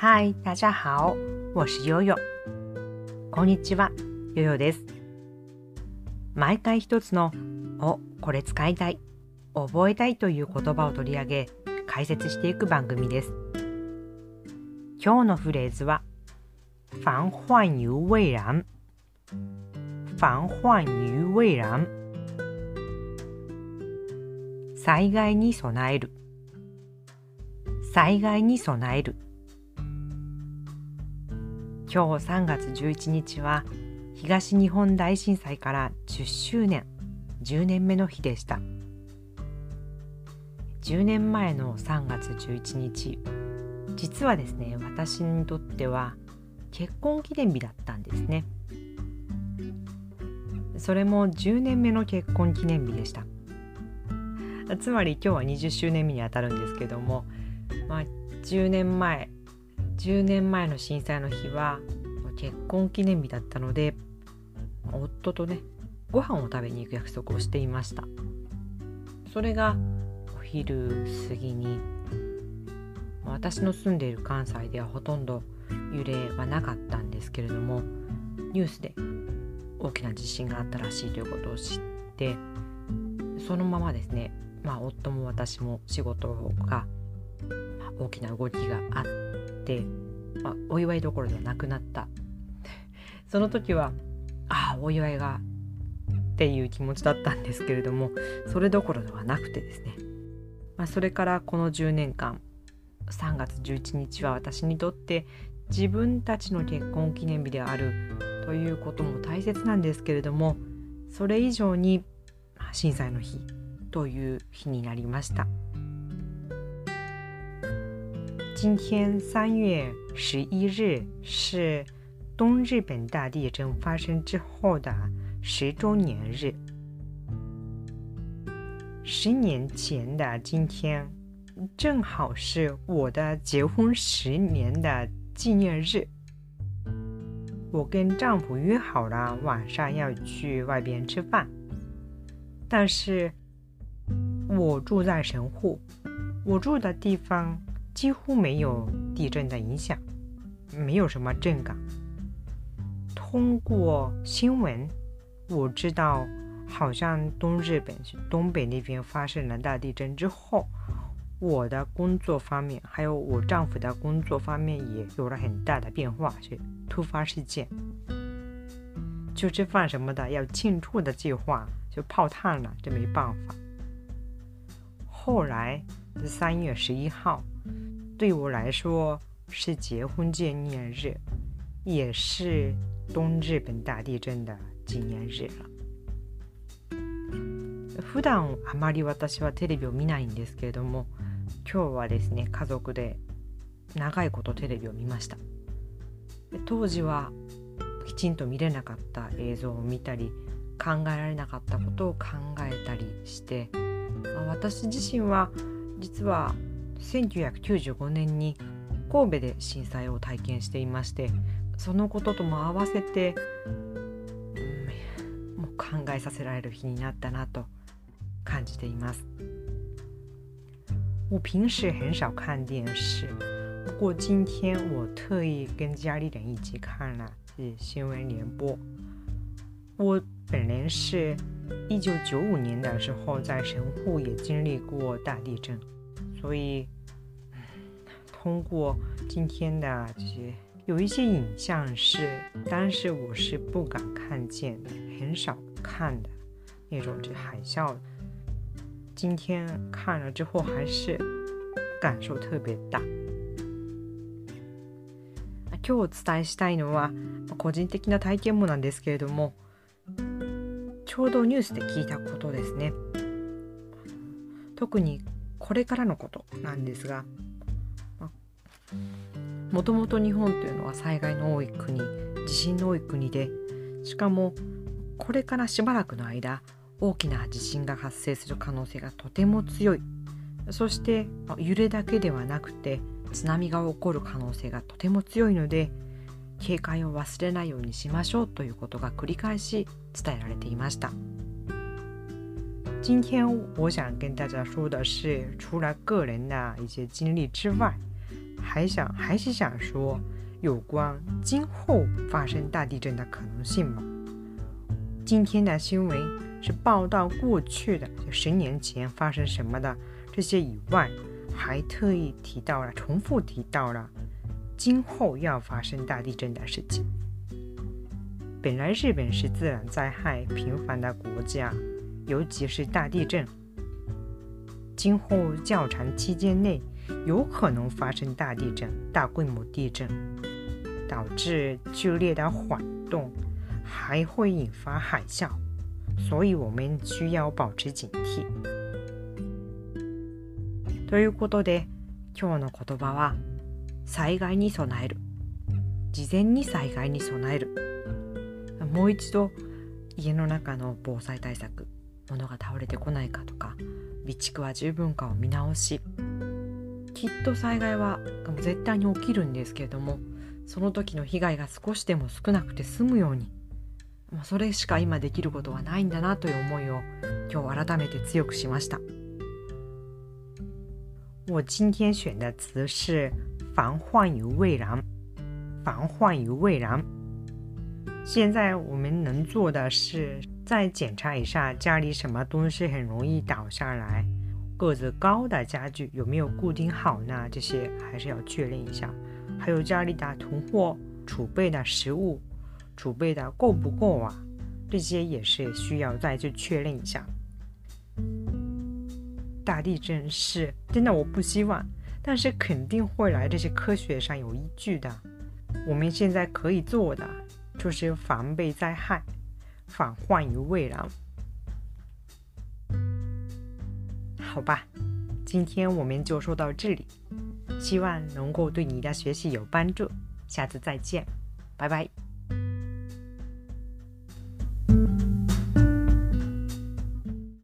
嗨，大家好，我是ヨヨ。こんにちは、ヨヨです。毎回一つのこれ使いたい、覚えたいという言葉を取り上げ、解説していく番組です。今日のフレーズは防患于未然。防患于未然。災害に備える。災害に備える。今日3月11日は東日本大震災から10周年、10年目の日でした。10年前の3月11日、実はですね、私にとっては結婚記念日だったんですね。それも10年目の結婚記念日でした。つまり今日は20周年目にあたるんですけども、10年前の震災の日は結婚記念日だったので、夫とね、ご飯を食べに行く約束をしていました。それがお昼過ぎに、私の住んでいる関西ではほとんど揺れはなかったんですけれども、ニュースで大きな地震があったらしいということを知って、そのままですね、夫も私も仕事が大きな動きがあって、お祝いどころではなくなった。その時はお祝いがっていう気持ちだったんですけれども、それどころではなくてですね、それからこの10年間、3月11日は私にとって自分たちの結婚記念日であるということも大切なんですけれども、それ以上に震災の日という日になりました。今天3月11日是东日本大地震发生之后的10周年日。10年前的今天，正好是我的结婚10年的纪念日。我跟丈夫约好了晚上要去外边吃饭，但是我住在神户，我住的地方几乎没有地震的影响，没有什么震感。通过新闻，我知道好像东日本东北那边发生了大地震之后，我的工作方面还有我丈夫的工作方面也有了很大的变化，是突发事件。就吃饭什么的要庆祝的计划就泡汤了，这没办法。后来3月11号对我来说是结婚纪念日，也是东日本大地震的纪念日了。普段あまり私はテレビを見ないんですけれども、今日はですね、家族で長いことテレビを見ました。当時はきちんと見れなかった映像を見たり、考えられなかったことを考えたりして、私自身は実は1995年に神戸で震災を体験していまして、そのこととも合わせて、もう考えさせられる日になったなと感じています。我平时很少看电视，不过今天我特意跟家里人一起看了新闻联播。我本人是1995年的时候在神户也经历过大地震，所以通过今天的这些有一些影像是当时我是不敢看见的，很少看的那种海啸，今天看了之后还是感受特別大。今日お伝えしたいのは個人的な体験もなんですけれども、ちょうどニュースで聞いたことですね。特にこれからのことなんですが、もともと日本というのは災害の多い国、地震の多い国で、しかもこれからしばらくの間大きな地震が発生する可能性がとても強い。そして揺れだけではなくて津波が起こる可能性がとても強いので、警戒を忘れないようにしましょうということが繰り返し伝えられていました。今天我想跟大家说的是，除了个人的一些经历之外， 还是想说有关今后发生大地震的可能性吗？今天的新闻是报道过去的10年前发生什么的这些以外，还特意重复提到了今后要发生大地震的事情。本来日本是自然灾害频繁的国家，尤其是大地震，今后较长期间内有可能发生大地震、大规模地震，导致剧烈的晃动，还会引发海啸，所以我们需要保持警惕。ということで、今日の言葉は災害に備える、事前に災害に備える。もう一度家の中の防災対策、物が倒れてこないかとか、備蓄は十分かを見直し、きっと災害は絶対に起きるんですけれども、その時の被害が少しでも少なくて済むように、それしか今できることはないんだなという思いを今日改めて強くしました。我今天选的词是防患于未然，防患于未然。现在我们能做的是再检查一下家里什么东西很容易倒下来，个子高的家具有没有固定好呢？这些还是要确认一下。还有家里的囤货储备的食物储备的够不够啊？这些也是需要再去确认一下。大地震是真的我不希望，但是肯定会来，这是科学上有依据的。我们现在可以做的就是防备灾害，防患于未然。好吧，今天我们就说到这里，希望能够对你的学习有帮助，下次再见，拜拜。